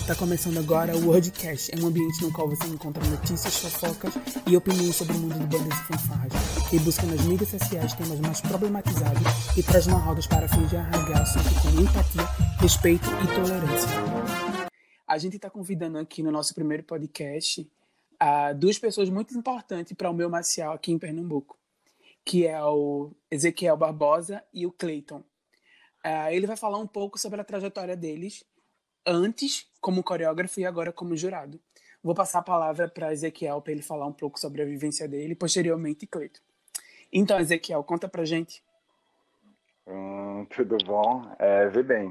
Tá começando agora o Wordcast, é um ambiente no qual você encontra notícias, fofocas e opiniões sobre o mundo de bandas e fanfarras, que busca nas mídias sociais temas mais problematizados e traz uma roda para fins de arrancar assunto com empatia, respeito e tolerância. A gente está convidando aqui no nosso primeiro podcast duas pessoas muito importantes para o meu marcial aqui em Pernambuco, que é o Ezequiel Barbosa e o Cleiton. Ele vai falar um pouco sobre a trajetória deles, antes como coreógrafo e agora como jurado. Vou passar a palavra para Ezequiel para ele falar um pouco sobre a vivência dele e posteriormente Cleiton. Então, Ezequiel, conta pra gente. Tudo bom? Vê bem.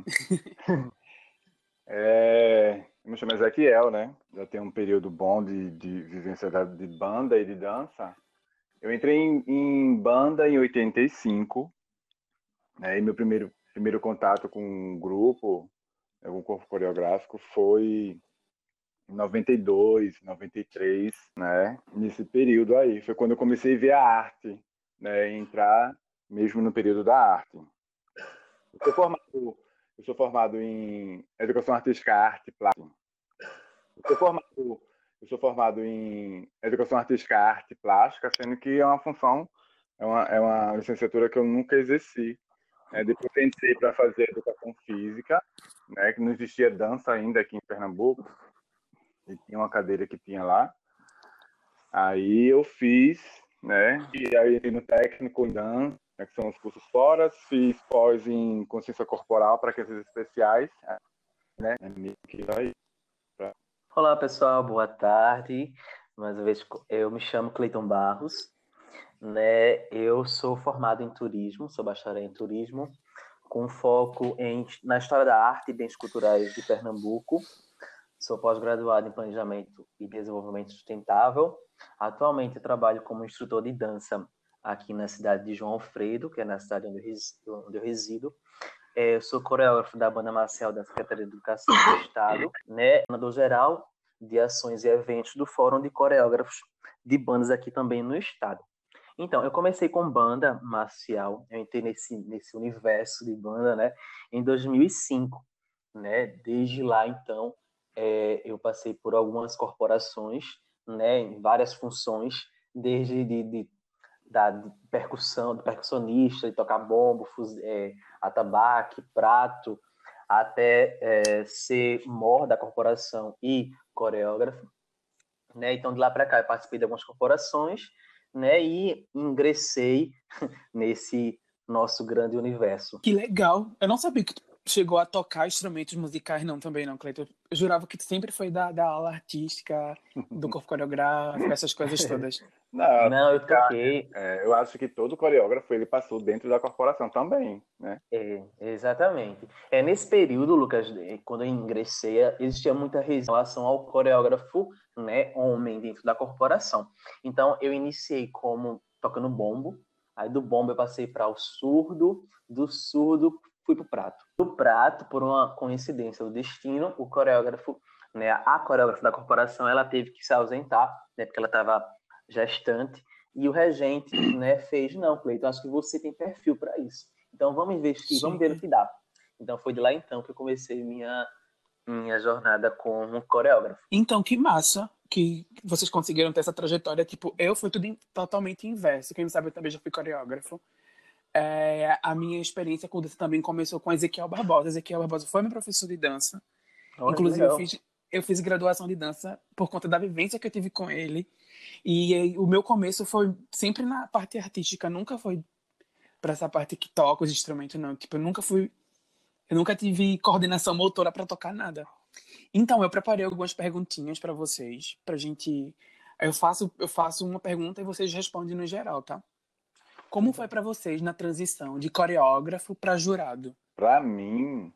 Eu me chamo Ezequiel, né? Já tenho um período bom de vivência de banda e de dança. Eu entrei em banda em 85, né? E meu primeiro contato com um grupo, um corpo coreográfico, foi em 92, 93, né? Nesse período aí. Foi quando eu comecei a ver a arte, né? Entrar mesmo no período da arte. Eu sou formado em Educação Artística, Arte e Plástica. Eu sou formado em Educação Artística, Arte e Plástica, sendo que é uma função, é uma licenciatura que eu nunca exerci. Depois eu entrei para fazer Educação Física, né, que não existia dança ainda aqui em Pernambuco, e tinha uma cadeira que tinha lá. Aí eu fiz, né, e aí entrei no técnico em dança, que são os cursos fora, fiz pós em consciência corporal para crianças especiais, né? Olá pessoal, boa tarde. Mais uma vez, eu me chamo Cleiton Barros, né? Eu sou formado em turismo, sou bacharel em turismo, com foco na história da arte e bens culturais de Pernambuco. Sou pós-graduado em planejamento e desenvolvimento sustentável. Atualmente eu trabalho como instrutor de dança aqui na cidade de João Alfredo, que é na cidade onde eu resido. Eu sou coreógrafo da banda marcial da Secretaria de Educação do Estado, né? Coordenador geral de ações e eventos do Fórum de Coreógrafos de Bandas aqui também no Estado. Então, eu comecei com banda marcial, eu entrei nesse universo de banda, né, em 2005, né? Desde lá, então, eu passei por algumas corporações, né, em várias funções, desde de percussão, de percussionista, de tocar bombo, atabaque, prato, até ser mor da corporação e coreógrafo, né? Então, de lá para cá, eu participei de algumas corporações, né? E ingressei nesse nosso grande universo. Que legal! Eu não sabia que tu chegou a tocar instrumentos musicais, não, também não, Cleiton. Eu jurava que tu sempre foi da aula artística, do corpo coreográfico, essas coisas todas. Não, eu toquei. Eu acho que todo coreógrafo ele passou dentro da corporação também, né? Exatamente. Nesse período, Lucas, quando eu ingressei, existia muita resistência em relação ao coreógrafo, né, homem dentro da corporação. Então, eu iniciei como tocando bombo, aí do bombo eu passei para o surdo, do surdo fui para o prato. Do prato, por uma coincidência do destino, o coreógrafo, né, a coreógrafa da corporação, ela teve que se ausentar, né, porque ela estava gestante, e o regente, né, fez, não, Cleiton, acho que você tem perfil para isso. Então vamos investir, vamos ver no que dá. Então foi de lá então que eu comecei minha jornada como coreógrafo. Então, que massa que vocês conseguiram ter essa trajetória. Tipo, eu fui tudo totalmente inverso. Quem não sabe, eu também já fui coreógrafo. A minha experiência com dança também começou com Ezequiel Barbosa. Ezequiel Barbosa foi meu professor de dança. Olha, inclusive, eu fiz graduação de dança por conta da vivência que eu tive com ele. E o meu começo foi sempre na parte artística, nunca foi para essa parte que toca os instrumentos, não. Tipo, eu nunca tive coordenação motora para tocar nada. Então, eu preparei algumas perguntinhas para vocês, pra gente... Eu faço uma pergunta e vocês respondem no geral, tá? Como foi para vocês na transição de coreógrafo para jurado? Para mim,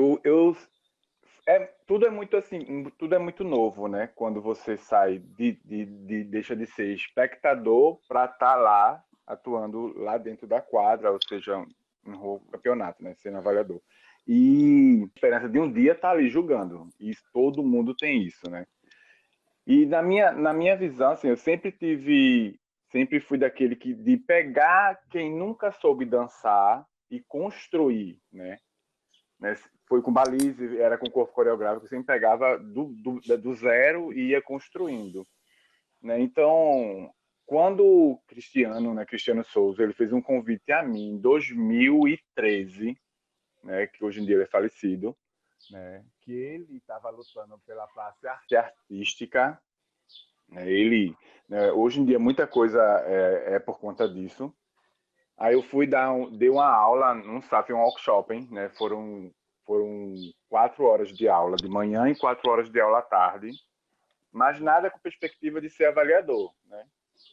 tudo é muito assim, tudo é muito novo, né? Quando você sai deixa de ser espectador para estar lá atuando lá dentro da quadra, ou seja, no campeonato, né? Sendo avaliador. E a diferença de um dia estar ali julgando. E todo mundo tem isso, né? E na minha visão, assim, eu sempre fui daquele de pegar quem nunca soube dançar e construir, né? foi com baliza, era com corpo coreográfico, eu sempre pegava do zero e ia construindo, né? Então, quando o Cristiano, né, Cristiano Souza, ele fez um convite a mim em 2013, né, que hoje em dia ele é falecido, né, que ele estava lutando pela classe artística, né, ele, né, hoje em dia muita coisa é por conta disso. Aí eu fui dei uma aula num SAF, um workshop, hein, né, foram 4 horas de aula de manhã e 4 horas de aula à tarde, mas nada com perspectiva de ser avaliador, né.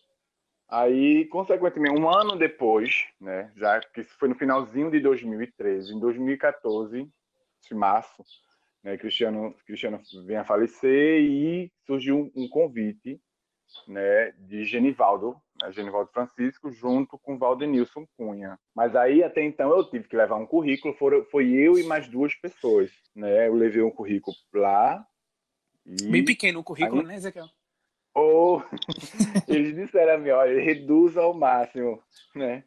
Aí, consequentemente, um ano depois, né, já que isso foi no finalzinho de 2013, em 2014, de março, né, Cristiano vem a falecer e surgiu um convite, né, de Genivaldo, né, Genivaldo Francisco, junto com Valdenilson Cunha. Mas aí, até então, eu tive que levar um currículo, foi eu e mais 2 pessoas. Né? Eu levei um currículo lá e... Bem pequeno o currículo, né, Ezequiel? Ou eles disseram a mim, olha, reduz ao máximo, né?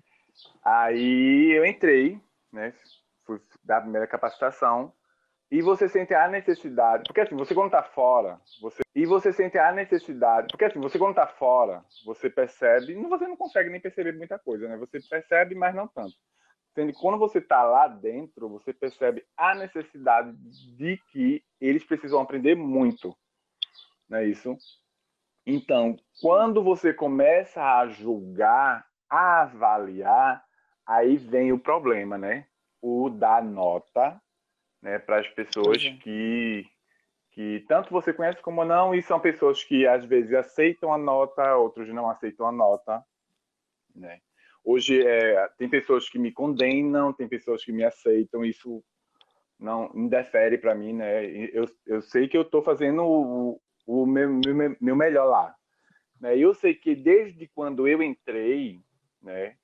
Aí eu entrei, né? Fui dar a primeira capacitação e você sente a necessidade, porque assim, você quando tá fora, você sente a necessidade, porque assim, você quando tá fora, você percebe, você não consegue nem perceber muita coisa, né? Você percebe, mas não tanto. Sendo que quando você tá lá dentro, você percebe a necessidade de que eles precisam aprender muito, não é isso? Então, quando você começa a julgar, a avaliar, aí vem o problema, né? O dar nota, né, para as pessoas que tanto você conhece como não, e são pessoas que às vezes aceitam a nota, outros não aceitam a nota, né? Hoje tem pessoas que me condenam, tem pessoas que me aceitam, isso não indefere para mim, né? Eu sei que eu estou fazendo o meu melhor lá. Né? Eu sei que desde quando eu entrei, né,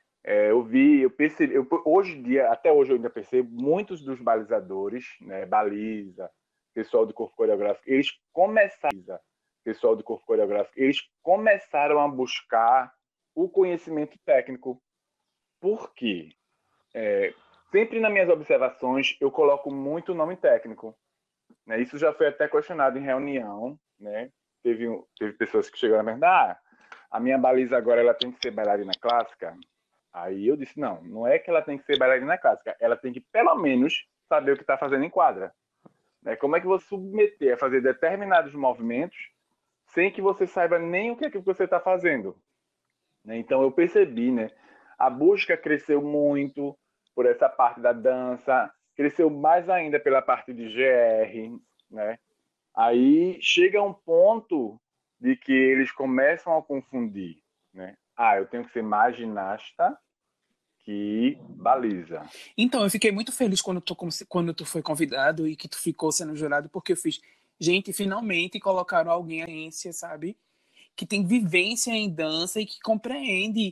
eu percebi, hoje em dia, até hoje eu ainda percebo, muitos dos balizadores, né, baliza, pessoal do corpo coreográfico, eles começaram a buscar o conhecimento técnico. Por quê? Sempre nas minhas observações eu coloco muito nome técnico. Né? Isso já foi até questionado em reunião, né? Teve pessoas que chegaram a perguntar, a minha baliza agora ela tem que ser bailarina clássica? Aí eu disse, não é que ela tem que ser bailarina clássica, ela tem que pelo menos saber o que está fazendo em quadra. Né? Como é que você submeter a fazer determinados movimentos sem que você saiba nem o que é que você está fazendo? Né? Então eu percebi, né? A busca cresceu muito por essa parte da dança, cresceu mais ainda pela parte de GR, né? Aí chega um ponto de que eles começam a confundir, né? Eu tenho que ser mais ginasta que baliza. Então, eu fiquei muito feliz quando tu foi convidado e que tu ficou sendo jurado, porque eu fiz, gente, finalmente colocaram alguém na ciência, sabe? Que tem vivência em dança e que compreende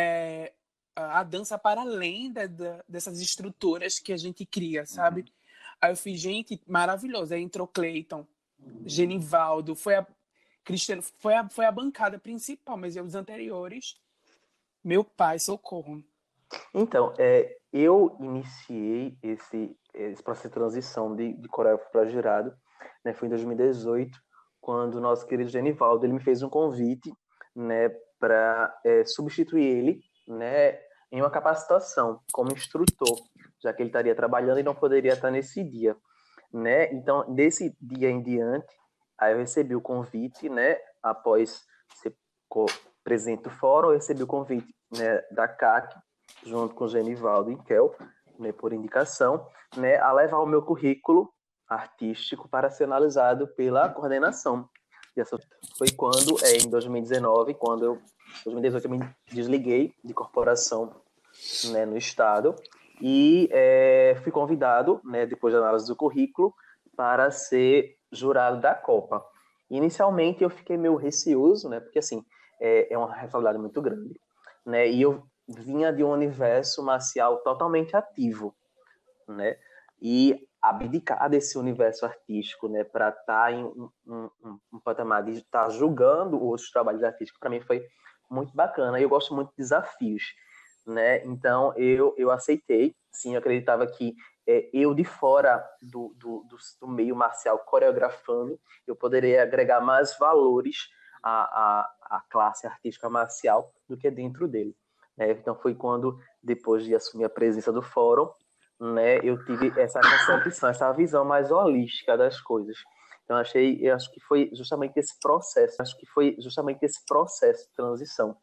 a dança para além dessas estruturas que a gente cria, sabe? Aí eu fiz, gente, maravilhoso. Aí entrou Cleiton, Genivaldo, Cristiano, foi a bancada principal, mas os anteriores, meu pai, socorro. Então, eu iniciei esse processo de transição de coreógrafo para jurado, né, foi em 2018, quando o nosso querido Genivaldo ele me fez um convite, né, para substituir ele, né, em uma capacitação como instrutor, já que ele estaria trabalhando e não poderia estar nesse dia, né? Então, desse dia em diante, aí eu recebi o convite, né, após ser presente do fórum, eu recebi o convite, né, da CAC, junto com o Genivaldo e Kel, né, por indicação, né, a levar o meu currículo artístico para ser analisado pela coordenação. E essa foi quando, em 2019, 2018 eu me desliguei de corporação, né, no estado e fui convidado, né, depois da análise do currículo, para ser jurado da Copa. Inicialmente eu fiquei meio receoso, né, porque assim, é uma responsabilidade muito grande, né, e eu vinha de um universo marcial totalmente ativo, né, e abdicar desse universo artístico, né, para estar em um patamar de estar julgando outros trabalhos artísticos, para mim foi muito bacana. E eu gosto muito de desafios, né? Então eu aceitei. Sim, eu acreditava que eu de fora do meio marcial coreografando, eu poderia agregar mais valores à classe artística marcial do que dentro dele. Né? Então foi quando, depois de assumir a presença do fórum, né, eu tive essa concepção, essa visão mais holística das coisas. Então eu acho que foi justamente esse processo, de transição.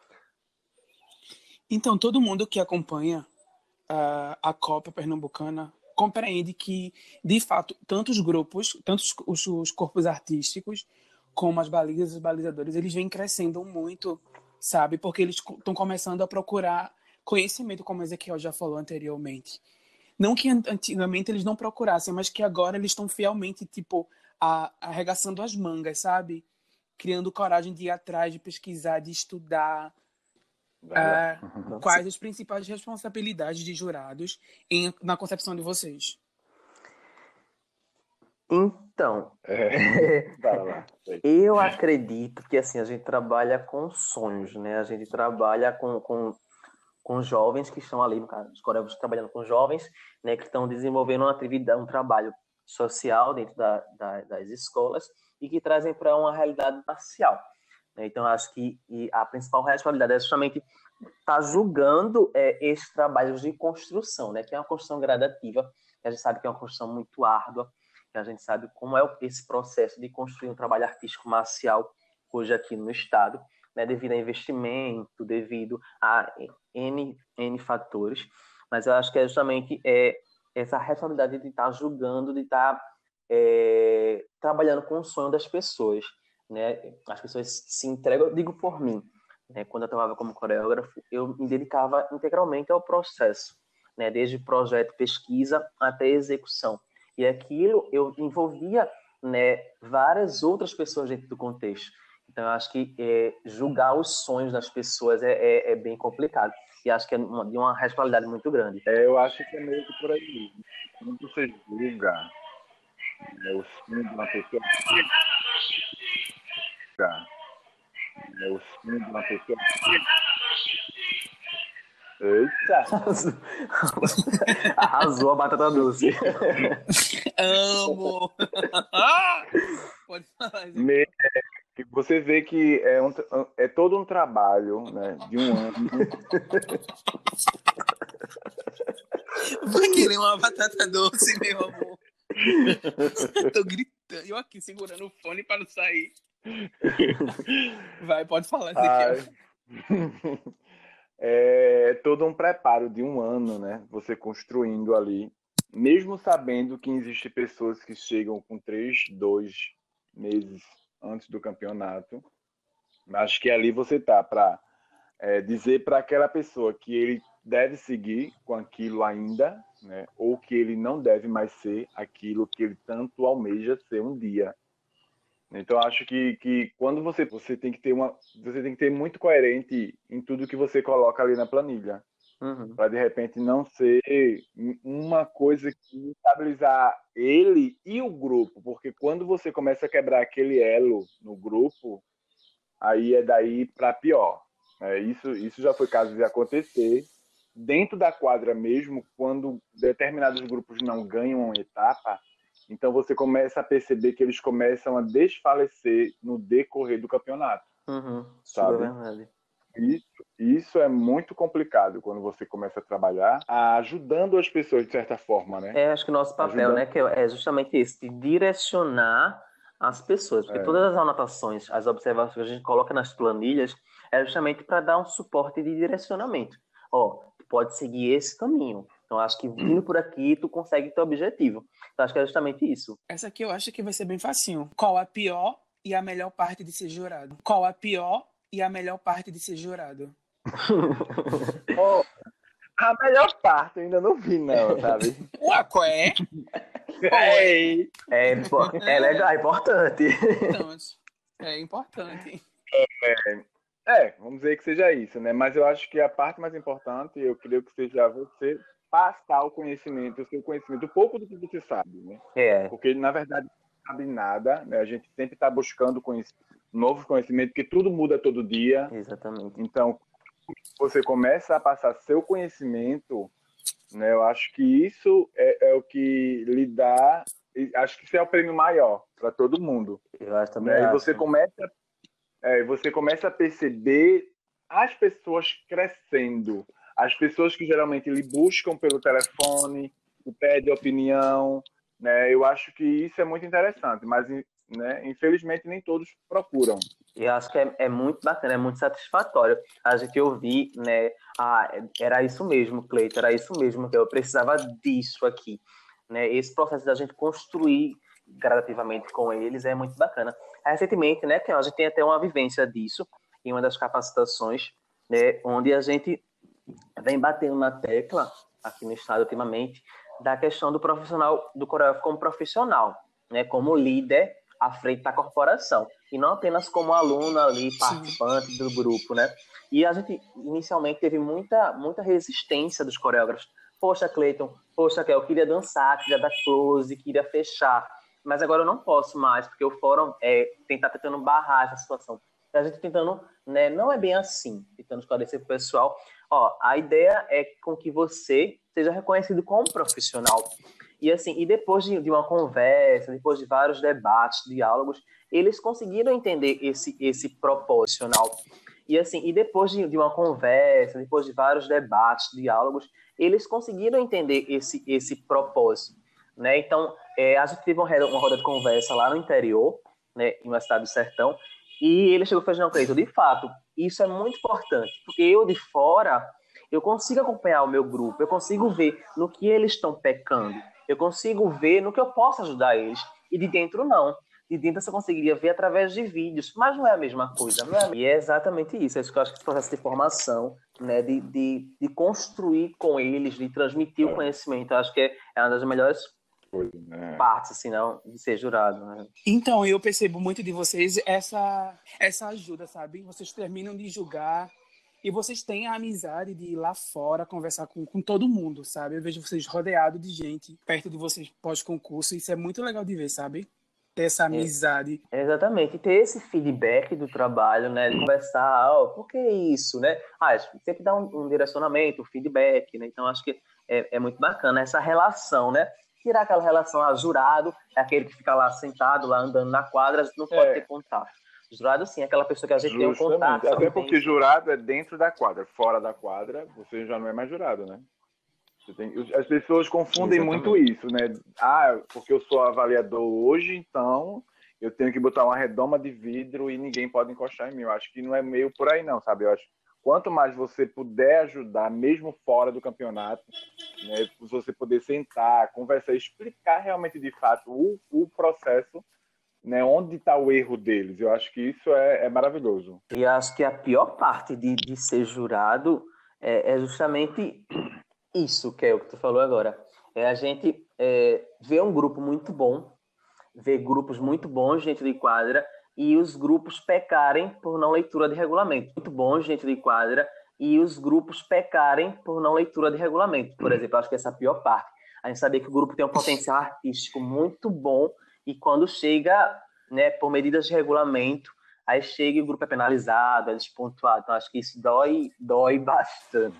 Então, todo mundo que acompanha a Copa Pernambucana compreende que, de fato, tanto os grupos, tanto os corpos artísticos, como as balizas e os balizadores, eles vêm crescendo muito, sabe? Porque eles estão começando a procurar conhecimento, como o Ezequiel já falou anteriormente. Não que antigamente eles não procurassem, mas que agora eles estão fielmente, tipo, arregaçando as mangas, sabe? Criando coragem de ir atrás, de pesquisar, de estudar. Quais as principais responsabilidades de jurados na concepção de vocês? Então, eu acredito que assim, a gente trabalha com sonhos, né? A gente trabalha com jovens que estão ali, no caso, os coreógrafos trabalhando com jovens, né, que estão desenvolvendo uma atividade, um trabalho social dentro das escolas e que trazem para uma realidade marcial. Então, acho que a principal responsabilidade é justamente estar julgando esses trabalhos de construção, né, que é uma construção gradativa, que a gente sabe que é uma construção muito árdua, que a gente sabe como é esse processo de construir um trabalho artístico marcial hoje aqui no Estado, né, devido a investimento, devido a N fatores, mas eu acho que é justamente essa responsabilidade de estar julgando, de estar trabalhando com o sonho das pessoas, né? As pessoas se entregam, eu digo por mim, né? Quando eu trabalhava como coreógrafo, eu me dedicava integralmente ao processo, né? Desde projeto, pesquisa até execução, e aquilo eu envolvia, né, várias outras pessoas dentro do contexto. Então, eu acho que julgar os sonhos das pessoas é bem complicado. E acho que é de uma responsabilidade muito grande. Eu acho que é meio que por aí. Quando você julga o sonho de uma pessoa... Eita! Arrasou a batata doce. Amo! Pode falar, Você vê que é todo um trabalho, né, de um ano. Vai querer uma batata doce, meu amor. Tô gritando. Eu aqui segurando o fone para não sair. Vai, pode falar, Ezequiel. É todo um preparo de um ano, né? Você construindo ali, mesmo sabendo que existem pessoas que chegam com 2 meses antes do campeonato, mas que ali você tá para dizer para aquela pessoa que ele deve seguir com aquilo ainda, né? Ou que ele não deve mais ser aquilo que ele tanto almeja ser um dia. Então acho que quando você tem que ter muito coerente em tudo que você coloca ali na planilha, para de repente não ser uma coisa que estabilizar ele e o grupo, porque quando você começa a quebrar aquele elo no grupo, aí é daí para pior. Isso já foi caso de acontecer dentro da quadra mesmo, quando determinados grupos não ganham uma etapa. Então você começa a perceber que eles começam a desfalecer no decorrer do campeonato. Sabe? É verdade. Isso é muito complicado quando você começa a trabalhar ajudando as pessoas de certa forma, né? Acho que o nosso papel, né, que é justamente esse, de direcionar as pessoas. Porque todas as anotações, as observações que a gente coloca nas planilhas é justamente para dar um suporte de direcionamento. Tu pode seguir esse caminho. Então, acho que vindo por aqui, tu consegue teu objetivo. Então, acho que é justamente isso. Essa aqui eu acho que vai ser bem facinho. Qual a pior e a melhor parte de ser jurado? Qual a pior e a melhor parte de ser jurado? A melhor parte eu ainda não vi, não, sabe? Ué, qual é? É legal, é importante. Então, é importante. Vamos dizer que seja isso, né? Mas eu acho que a parte mais importante, eu creio que seja você passar o conhecimento, o seu conhecimento, um pouco do que você sabe, né? Porque, na verdade, não sabe nada, né? A gente sempre está buscando novos conhecimentos, porque tudo muda todo dia. Exatamente. Então, você começa a passar seu conhecimento, né? Eu acho que isso é o que lhe dá, acho que isso é o prêmio maior para todo mundo, Eu acho também né? E acho. você começa a perceber as pessoas crescendo, as pessoas que geralmente lhe buscam pelo telefone, que pedem opinião, né? Eu acho que isso é muito interessante, mas, né, infelizmente nem todos procuram. E eu acho que é muito bacana, é muito satisfatório a gente ouvir, né? Ah, era isso mesmo, Cleiton, era isso mesmo que eu precisava disso aqui, né? Esse processo da gente construir gradativamente com eles é muito bacana. Recentemente, né, que a gente tem até uma vivência disso em uma das capacitações, né, onde a gente vem batendo na tecla aqui no estado ultimamente da questão do profissional, do coreógrafo como profissional, né, como líder à frente da corporação e não apenas como aluno ali, participante do grupo, né? E a gente inicialmente teve muita resistência dos coreógrafos. Poxa, Cleiton, poxa, Kel, eu queria dançar, queria dar close, queria fechar, mas agora eu não posso mais, porque o fórum tentando barrar essa situação. A gente tentando, né, não é bem assim, tentando esclarecer para o pessoal. Ó, a ideia é com que você seja reconhecido como profissional. E assim, e depois de uma conversa, depois de vários debates, diálogos, eles conseguiram entender esse proporcional. E assim, e depois de uma conversa, depois de vários debates, diálogos, eles conseguiram entender esse propósito, né? Então, a gente teve uma roda de conversa lá no interior, né, em uma cidade do sertão, e ele chegou e falou: não, Cleiton, de fato, isso é muito importante, porque eu de fora, eu consigo acompanhar o meu grupo, eu consigo ver no que eles estão pecando, eu consigo ver no que eu posso ajudar eles, e de dentro não. De dentro você conseguiria ver através de vídeos, mas não é a mesma coisa, não é? E é exatamente isso, é isso que eu acho que esse processo de formação, né, de construir com eles, de transmitir o conhecimento, eu acho que é uma das melhores partes, assim, não, de ser jurado, né? Então, eu percebo muito de vocês essa ajuda, sabe? Vocês terminam de julgar e vocês têm a amizade de ir lá fora conversar com todo mundo, sabe? Eu vejo vocês rodeados de gente perto de vocês pós-concurso. Isso é muito legal de ver, sabe? Ter essa amizade. Exatamente. E ter esse feedback do trabalho, né? De conversar, por que isso, né? Sempre dá um direcionamento, um feedback, né? Então, acho que é muito bacana essa relação, né? Tirar aquela relação, jurado é aquele que fica lá sentado, lá andando na quadra, a gente não pode ter contato. Jurado, sim, é aquela pessoa que a gente tem um contato. Até porque jurado é dentro da quadra. Fora da quadra, você já não é mais jurado, né? As pessoas confundem muito isso, né? Porque eu sou avaliador hoje, então eu tenho que botar uma redoma de vidro e ninguém pode encostar em mim. Eu acho que não é meio por aí, não, sabe? Eu acho que quanto mais você puder ajudar, mesmo fora do campeonato, né? Você poder sentar, conversar, explicar realmente de fato o processo, né, onde está o erro deles. Eu acho que isso é maravilhoso. E acho que a pior parte de ser jurado é justamente isso, que é o que tu falou agora. É a gente ver um grupo muito bom, ver grupos muito bons dentro de quadra e os grupos pecarem por não leitura de regulamento. Muito bons dentro de quadra e os grupos pecarem por não leitura de regulamento. Por exemplo, acho que essa é a pior parte. A gente saber que o grupo tem um potencial artístico muito bom e quando chega, né, por medidas de regulamento, aí chega e o grupo é penalizado, é despontuado. Então, acho que isso dói bastante.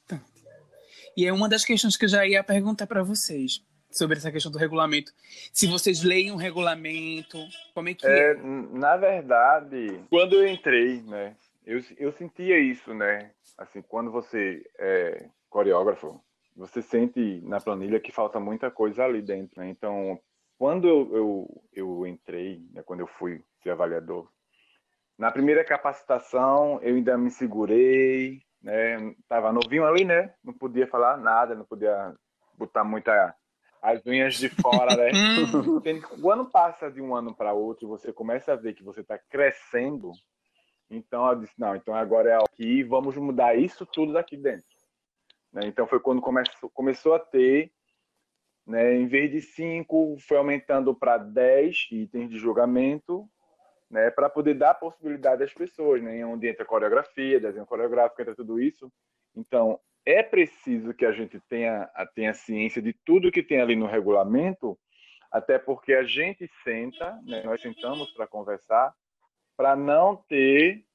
E é uma das questões que eu já ia perguntar para vocês, sobre essa questão do regulamento. Se vocês leem o regulamento, como é que é? Na verdade, quando eu entrei, né, eu sentia isso, né? Assim, quando você é coreógrafo, você sente na planilha que falta muita coisa ali dentro, né? Então, quando eu entrei, né, quando eu fui ser avaliador, na primeira capacitação eu ainda me segurei, né? Tava novinho ali, né? Não podia falar nada, não podia botar muita as unhas de fora, né? O ano passa de um ano para outro, você começa a ver que você está crescendo. Então eu disse, não, então agora é aqui, vamos mudar isso tudo daqui dentro. Né? Então foi quando começou a ter, né, em vez de 5, foi aumentando para 10 itens de julgamento, né, para poder dar a possibilidade às pessoas, né, onde entra coreografia, desenho coreográfico, entra tudo isso. Então, é preciso que a gente tenha ciência de tudo que tem ali no regulamento, até porque a gente senta, né, nós sentamos para conversar, para não ter,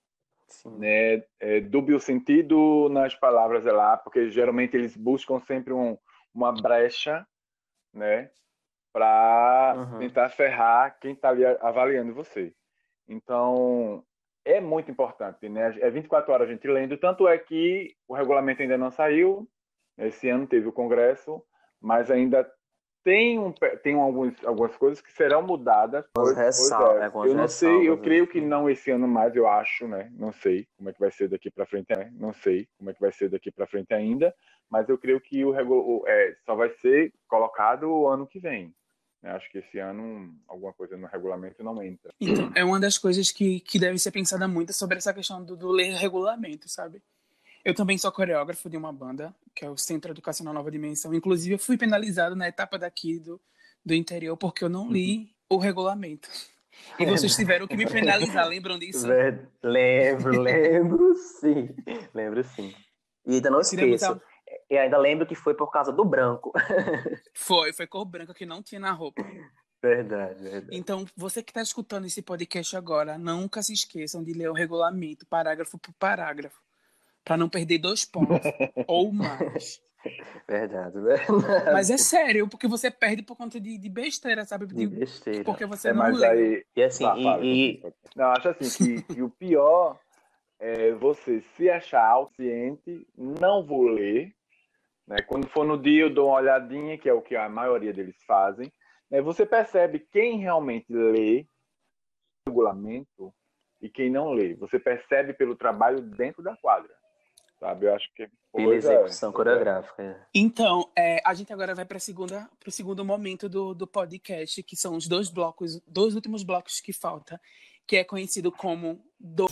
né, dúbio sentido nas palavras lá, porque geralmente eles buscam sempre uma brecha, né, para tentar ferrar quem está ali avaliando você. Então, é muito importante, né? É 24 horas a gente lendo, tanto é que o regulamento ainda não saiu, esse ano teve o congresso, mas ainda tem algumas coisas que serão mudadas. Eu não sei, eu creio que não esse ano mais, eu acho, né? Não sei como é que vai ser daqui para frente, né? Não sei como é que vai ser daqui para frente ainda, mas eu creio que só vai ser colocado o ano que vem. Eu acho que esse ano alguma coisa no regulamento não entra. Então, é uma das coisas que deve ser pensada muito sobre essa questão do ler regulamento, sabe? Eu também sou coreógrafo de uma banda, que é o Centro Educacional Nova Dimensão. Inclusive, eu fui penalizado na etapa daqui do interior porque eu não li o regulamento. E vocês tiveram que me penalizar, lembram disso? Lembro sim. Lembro sim. E ainda não esqueço. E ainda lembro que foi por causa do branco. Foi cor branca que não tinha na roupa. Verdade. Então, você que está escutando esse podcast agora, nunca se esqueçam de ler o regulamento, parágrafo por parágrafo, para não perder 2 pontos ou mais. Verdade. Mas é sério, porque você perde por conta de besteira, sabe? De besteira. Porque você não leu. Aí, e assim, Não, acho assim que o pior é você se achar autociente, não vou ler, né? Quando for no dia eu dou uma olhadinha, que é o que a maioria deles fazem, né? Você percebe quem realmente lê o regulamento e quem não lê. Você percebe pelo trabalho dentro da quadra, sabe? Eu acho que pela execução coreográfica. Então, a gente agora vai para o segundo momento do podcast, que são os 2 últimos blocos que faltam, que é conhecido como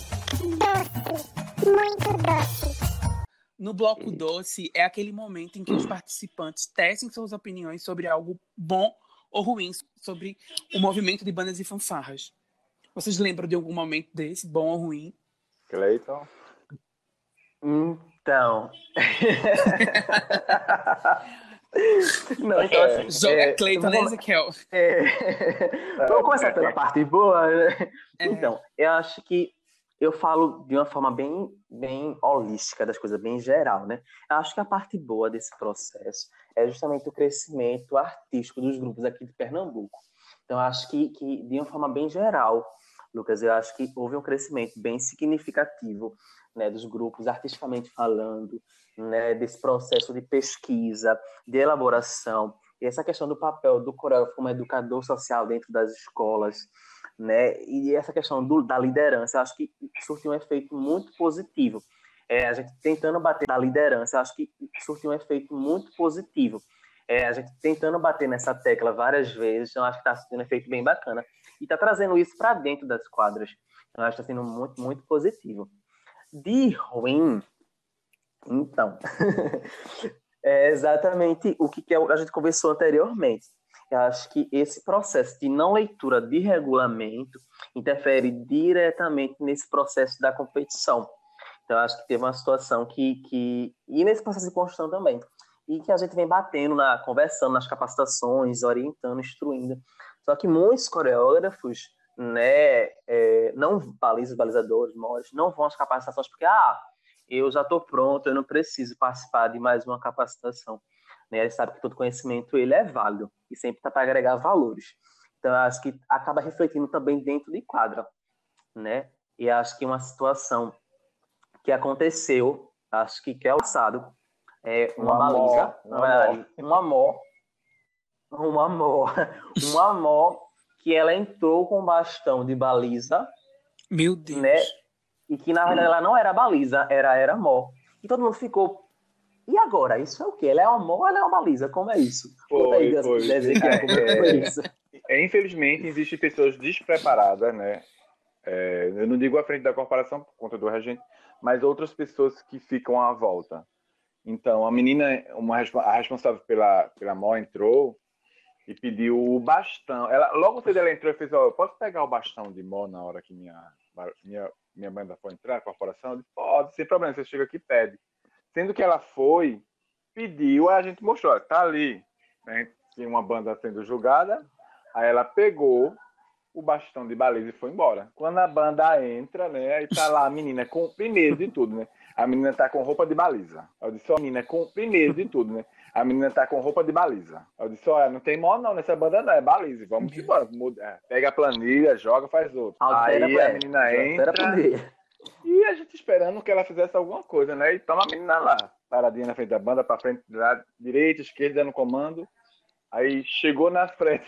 muito doce. No bloco doce é aquele momento em que os participantes tecem suas opiniões sobre algo bom ou ruim, sobre o movimento de bandas e fanfarras. Vocês lembram de algum momento desse, bom ou ruim? Cleiton? Então... Não, então assim, joga Cleiton, né, Ezequiel? Vamos começar pela parte boa, né? Então, eu acho que eu falo de uma forma bem holística das coisas, bem geral, né? Eu acho que a parte boa desse processo é justamente o crescimento artístico dos grupos aqui de Pernambuco. Então, eu acho que de uma forma bem geral, Lucas, eu acho que houve um crescimento bem significativo, né, dos grupos artisticamente falando, né, desse processo de pesquisa, de elaboração, e essa questão do papel do coreógrafo como educador social dentro das escolas, né, e essa questão da liderança, eu acho que surtiu um efeito muito positivo. A gente tentando bater na liderança, eu acho que surtiu um efeito muito positivo. A gente tentando bater nessa tecla várias vezes, então acho que está sendo um efeito bem bacana. E está trazendo isso para dentro das quadras. Então acho que está sendo muito, muito positivo. De ruim, então, é exatamente o que a gente conversou anteriormente. Eu acho que esse processo de não leitura de regulamento interfere diretamente nesse processo da competição. Então, eu acho que teve uma situação e nesse processo de construção também, e que a gente vem batendo, conversando nas capacitações, orientando, instruindo. Só que muitos coreógrafos, né, não balizadores, mores, não vão às capacitações porque, eu já estou pronto, eu não preciso participar de mais uma capacitação. Né? Ele sabe que todo conhecimento ele é válido e sempre está para agregar valores. Então, eu acho que acaba refletindo também dentro de quadra. Né? E acho que uma situação que aconteceu, acho que é o passado, uma baliza, um amor que ela entrou com um bastão de baliza. Meu Deus. Né? E que, na verdade, ela não era baliza, era amor. E todo mundo ficou, e agora? Isso é o quê? Ela é amor ou ela é uma baliza? Como é isso? Foi. Infelizmente, existem pessoas despreparadas, né? Eu não digo à frente da corporação por conta do regente, mas outras pessoas que ficam à volta. Então, a menina, a responsável pela mó entrou e pediu o bastão. Logo cedo ela entrou e fez, eu posso pegar o bastão de mó na hora que minha banda for entrar, a corporação? Eu disse, pode, sem problema, você chega aqui e pede. Sendo que ela foi, pediu, aí a gente mostrou, tá ali, né? Tinha uma banda sendo julgada, aí ela pegou o bastão de baliza e foi embora. Quando a banda entra, né, aí tá lá a menina com, primeiro de tudo, né, a menina tá com roupa de baliza. Eu disse, ó, a menina com, primeiro de tudo, né, a menina tá com roupa de baliza. Eu disse, olha, não tem mó não nessa banda não, é baliza, vamos embora. Pega a planilha, joga, faz outro. Aí a menina entra e a gente esperando que ela fizesse alguma coisa, né, e toma a menina lá, paradinha na frente da banda, pra frente, lá, direita, esquerda, no comando. Aí chegou na frente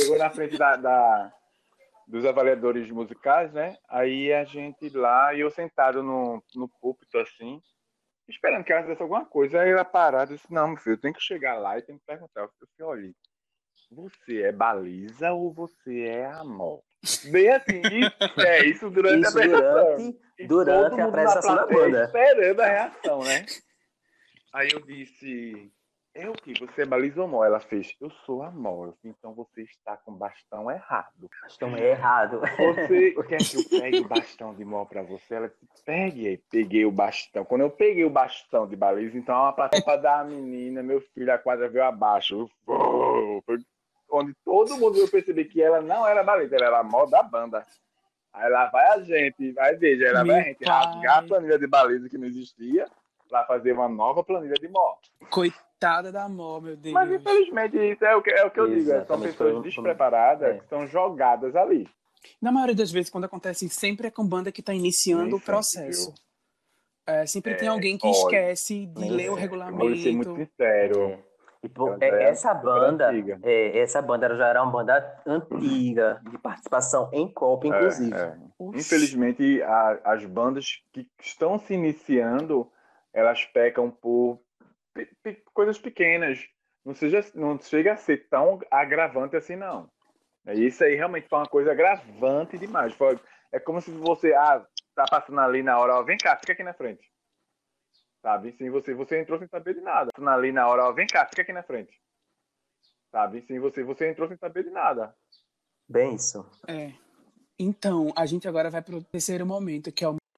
dos avaliadores musicais, né? Aí a gente lá, e eu sentado no púlpito assim, esperando que ela fizesse alguma coisa. Aí ela parada e disse, não, meu filho, eu tenho que chegar lá e tenho que perguntar. Eu disse, olha, você é baliza ou você é amor? Bem assim, isso durante a apresentação. Durante a apresentação da banda. Esperando a reação, né? Aí eu disse, é o que? Você é baliza ou amor? Ela fez, eu sou amor. Então você está com o bastão errado. Bastão errado. Você quer que eu pegue o bastão de mó pra você? Ela disse, pegue. Aí peguei o bastão. Quando eu peguei o bastão de baliza, então a plateia da menina, meu filho, a quadra veio abaixo. Foi onde todo mundo veio perceber que ela não era baliza, ela era amor da banda. Aí lá vai a gente, vai ver, ela vai a gente rasgar a planilha de baliza que não existia pra fazer uma nova planilha de mó. Coitada da Mó, meu Deus. Mas infelizmente isso é o que eu digo, são pessoas despreparadas que estão jogadas ali. Na maioria das vezes, quando acontece, sempre é com banda que está iniciando o processo. Sempre tem alguém que esquece de ler o regulamento. Vou ser muito sincero. Essa banda já era uma banda antiga, de participação em Copa, inclusive. Infelizmente, as bandas que estão se iniciando, elas pecam por coisas pequenas. Não chega a ser tão agravante assim, não. Isso aí realmente foi uma coisa agravante demais. É como se você tá passando ali na hora, vem cá, fica aqui na frente. Sabe? Sim, você entrou sem saber de nada. Ali na hora, vem cá, fica aqui na frente. Sabe? Sim, você entrou sem saber de nada. Bem isso. Então, a gente agora vai pro terceiro momento, que é o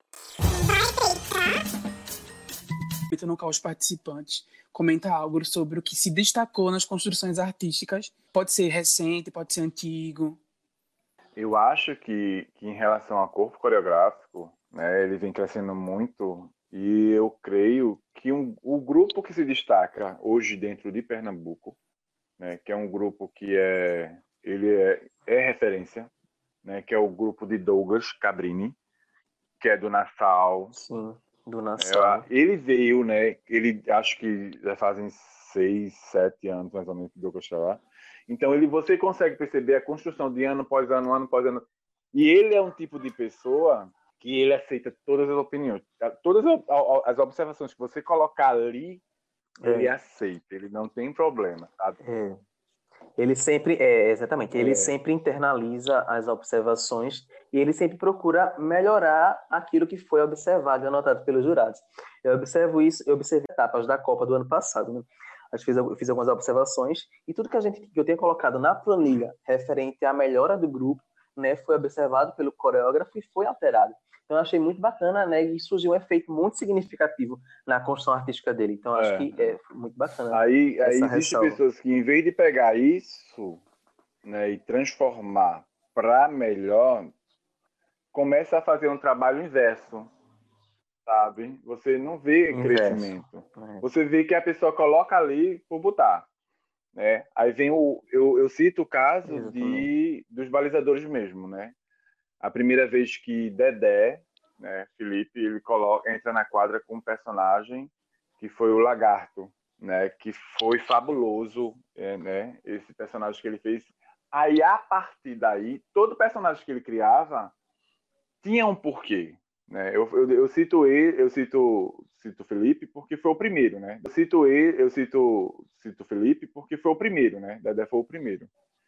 no qual os participantes comentam algo sobre o que se destacou nas construções artísticas. Pode ser recente, pode ser antigo. Eu acho que em relação ao corpo coreográfico, né, ele vem crescendo muito. E eu creio que o grupo que se destaca hoje dentro de Pernambuco, né, que é um grupo que ele é referência, né, que é o grupo de Douglas Cabrini, que é do Nassau. Sim, do Nassau. Ele veio, né? Acho que já fazem 6, 7 anos mais ou menos que Douglas está lá. Então você consegue perceber a construção de ano após ano, ano após ano. E ele é um tipo de pessoa que ele aceita todas as opiniões. Todas as observações que você colocar ali, ele aceita. Ele não tem problema, sabe? Ele sempre, exatamente, ele sempre internaliza as observações e ele sempre procura melhorar aquilo que foi observado e anotado pelos jurados. Eu observei etapas da Copa do ano passado, né? Eu fiz algumas observações e tudo que eu tenha colocado na planilha referente à melhora do grupo, né, foi observado pelo coreógrafo e foi alterado. Então eu achei muito bacana, né, e surgiu um efeito muito significativo na construção artística dele. Então acho que foi muito bacana. Aí existem pessoas que, em vez de pegar isso, né, e transformar para melhor, começa a fazer um trabalho inverso, sabe? Você não vê crescimento. Você vê que a pessoa coloca ali por botar, né? Aí vem eu cito o caso dos balizadores mesmo, né? A primeira vez que Dedé, né, Felipe, ele entra na quadra com um personagem que foi o Lagarto, né, que foi fabuloso, né, esse personagem que ele fez. Aí, a partir daí, todo personagem que ele criava tinha um porquê, né? Eu cito Felipe porque foi o primeiro, né? Eu cito Felipe porque foi o primeiro, né? Dedé foi o primeiro.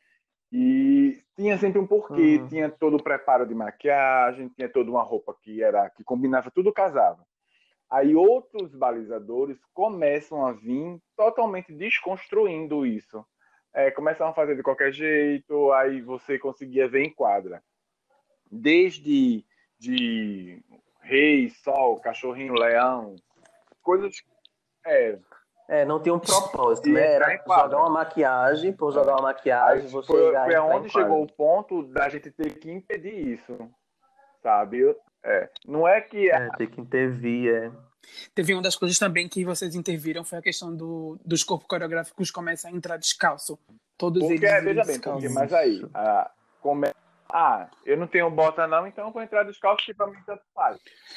E tinha sempre um porquê, tinha todo o preparo de maquiagem, tinha toda uma roupa que combinava, tudo casava. Aí outros balizadores começam a vir totalmente desconstruindo isso. Começam a fazer de qualquer jeito, aí você conseguia ver em quadra. Desde de rei, sol, cachorrinho, leão, coisas Não tem um propósito, E né? entrar Era em quadra. jogar uma maquiagem, por jogar uma maquiagem, Aí você foi já entrar aonde em quadra. chegou o ponto da gente ter que impedir isso, sabe? Não é que Tem que intervir, Teve uma das coisas também que vocês interviram foi a questão dos corpos coreográficos começam a entrar descalço. Todos porque, eles irem veja bem, descalços. mas aí, eu não tenho bota não, então eu vou entrar descalço que pra mim tanto faz.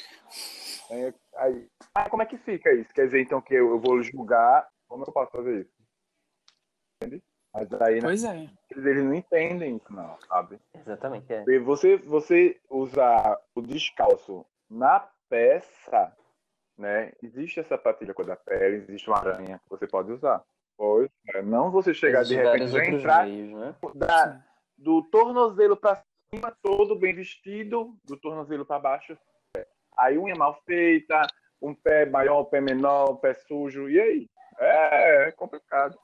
Aí, como é que fica isso? Quer dizer, então, que eu vou julgar, como eu posso fazer isso? Entende? Mas aí, Pois é. eles não entendem isso não, sabe? Exatamente, Porque você usar o descalço na peça, né? Existe essa patilha cor da pele, existe uma aranha que você pode usar. Pois, não você chegar de Existem repente vários já outros entrar meios, né? do tornozelo para cima, todo bem vestido, do tornozelo para baixo. Aí unha mal feita, um pé maior, um pé menor, um pé sujo, e aí? É complicado.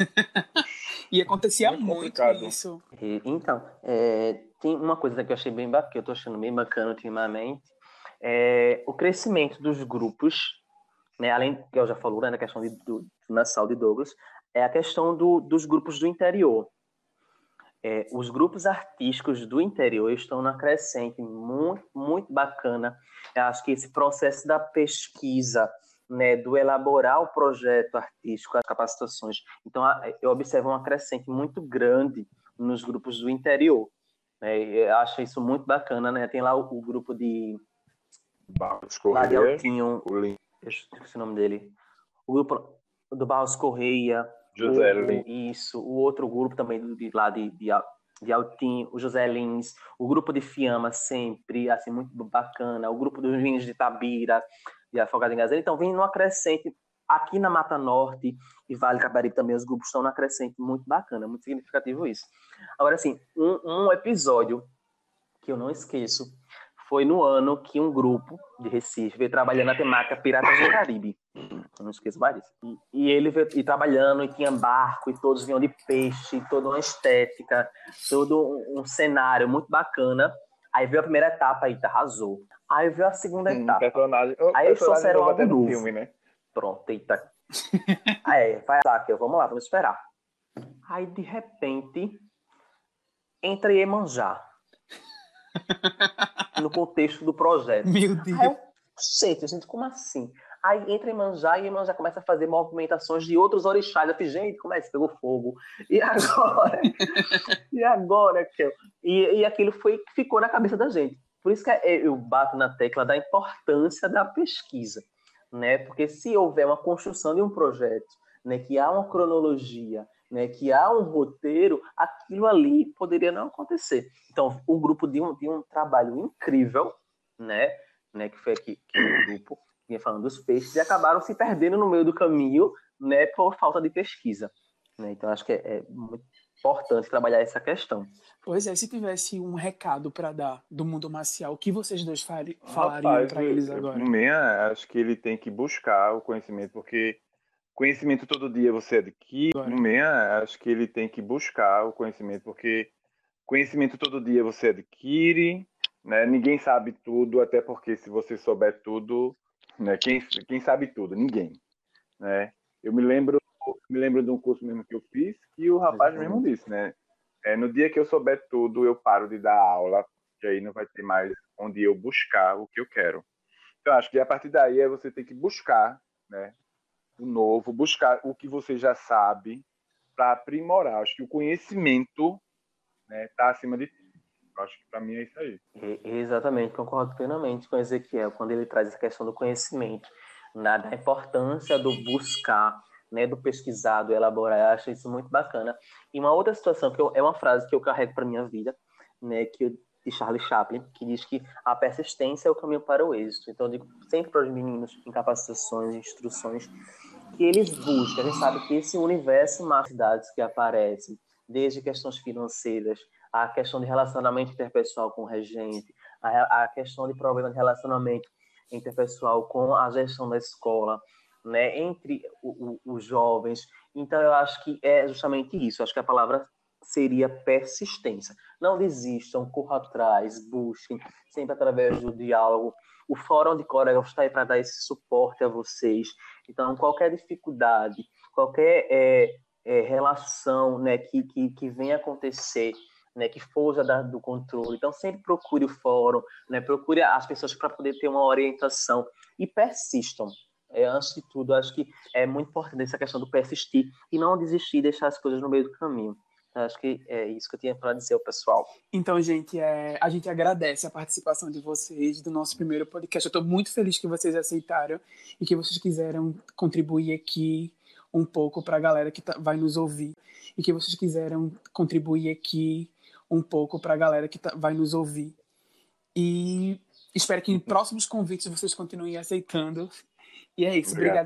E acontecia Muito muito complicado. isso. Então, tem uma coisa que eu achei bem bacana, que eu tô achando bem bacana ultimamente, o crescimento dos grupos, né, além que eu já falou, né, na questão do Nassau de Douglas, é a questão dos grupos do interior. Os grupos artísticos do interior estão na crescente muito, muito bacana. Eu acho que esse processo da pesquisa, né, do elaborar o projeto artístico, as capacitações. Então, eu observo uma crescente muito grande nos grupos do interior. Eu acho isso muito bacana, né? Tem lá o grupo de... Barros lá de Correia, Altinho, eu esqueci o nome dele. O grupo do Barros Correia, José o outro grupo também lá de Altim, o José Lins, o grupo de Fiamma sempre, assim, muito bacana, o grupo dos vinhos de Tabira, de Afogado em Gazela. Então, vem numa crescente aqui na Mata Norte e Vale Cabaribe também, os grupos estão na crescente, muito bacana, muito significativo isso. Agora, assim, um episódio que eu não esqueço foi no ano que um grupo de Recife veio trabalhando na temática Piratas do Caribe. Eu não esqueço mais disso. E ele veio trabalhando, e tinha barco, e todos vinham de peixe, toda uma estética, todo um cenário muito bacana. Aí veio a primeira etapa, aí arrasou. Aí veio a segunda etapa. Aí eles trouxeram algo novo. Filme, né? Pronto, eita. Vai lá, que vamos lá, vamos esperar. Aí, de repente, entra Iemanjá. No contexto do projeto. Meu Deus. Aí gente, como assim? Aí entra Iemanjá e Iemanjá começa a fazer movimentações de outros orixás. Eu falei, gente, como é que pegou fogo? E agora? E aquilo ficou na cabeça da gente. Por isso que eu bato na tecla da importância da pesquisa, né? Porque se houver uma construção de um projeto, né, que há uma cronologia, né, que há um roteiro, aquilo ali poderia não acontecer. Então, o grupo de um trabalho incrível, né, que foi aqui o grupo vinha falando dos peixes, e acabaram se perdendo no meio do caminho, né, por falta de pesquisa. Né? Então, acho que é muito importante trabalhar essa questão. Pois é, se tivesse um recado para dar do mundo marcial, o que vocês dois falariam para eles agora? Acho que ele tem que buscar o conhecimento, porque conhecimento todo dia você adquire. Acho que ele tem que buscar o conhecimento, porque conhecimento todo dia você adquire, né? Ninguém sabe tudo, até porque se você souber tudo, né? Quem sabe tudo? Ninguém, né? Eu me lembro de um curso mesmo que eu fiz, que o rapaz mesmo disse, né? No dia que eu souber tudo, eu paro de dar aula, que aí não vai ter mais onde eu buscar o que eu quero. Então, acho que a partir daí você tem que buscar, né? O novo, buscar o que você já sabe para aprimorar. Acho que o conhecimento, né, tá acima de tudo. Acho que para mim é isso aí. Exatamente, concordo plenamente com o Ezequiel, quando ele traz essa questão do conhecimento, da importância do buscar, né, do pesquisar, do elaborar. Eu acho isso muito bacana. E uma outra situação, é uma frase que eu carrego para minha vida, né, de Charlie Chaplin, que diz que a persistência é o caminho para o êxito. Então, eu digo sempre para os meninos em capacitações, instruções, que eles busquem. A gente sabe que esse universo de cidades que aparecem, desde questões financeiras, a questão de relacionamento interpessoal com o regente, a questão de problema de relacionamento interpessoal com a gestão da escola, né, entre os jovens. Então, eu acho que é justamente isso. Eu acho que a palavra seria persistência. Não desistam, corram atrás, busquem, sempre através do diálogo. O Fórum de Coreógrafos está aí para dar esse suporte a vocês. Então, qualquer dificuldade, qualquer relação, né, que venha acontecer, né, que foja do controle, então sempre procure o fórum, né, procure as pessoas para poder ter uma orientação e persistam. Antes de tudo, acho que é muito importante essa questão do persistir e não desistir e deixar as coisas no meio do caminho. Acho que é isso que eu tinha para dizer ao pessoal. Então, gente, a gente agradece a participação de vocês do nosso primeiro podcast. Eu estou muito feliz que vocês aceitaram e que vocês quiseram contribuir aqui um pouco para a galera que vai nos ouvir. E que vocês quiseram contribuir aqui um pouco para a galera que vai nos ouvir. E espero que em próximos convites vocês continuem aceitando. E é isso. Obrigado.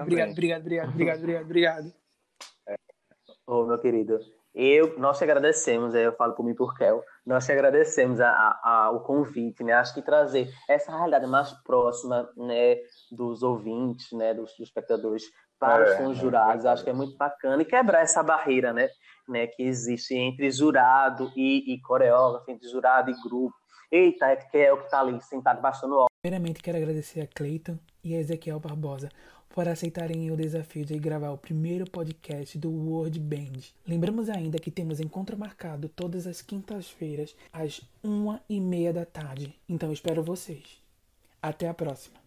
Ô, meu querido, nós te agradecemos, eu falo por mim e por Kel, nós te agradecemos o convite, né? Acho que trazer essa realidade mais próxima, né, dos ouvintes, né, dos espectadores para os fãs jurados, acho que é muito bacana e quebrar essa barreira, né, que existe entre jurado e coreógrafo, entre jurado e grupo. Eita, é Kel que está ali sentado baixando o. Primeiramente, quero agradecer a Cleiton e a Ezequiel Barbosa por aceitarem o desafio de gravar o primeiro podcast do World Band. Lembramos ainda que temos encontro marcado todas as quintas-feiras, às 1h30 da tarde. Então espero vocês. Até a próxima.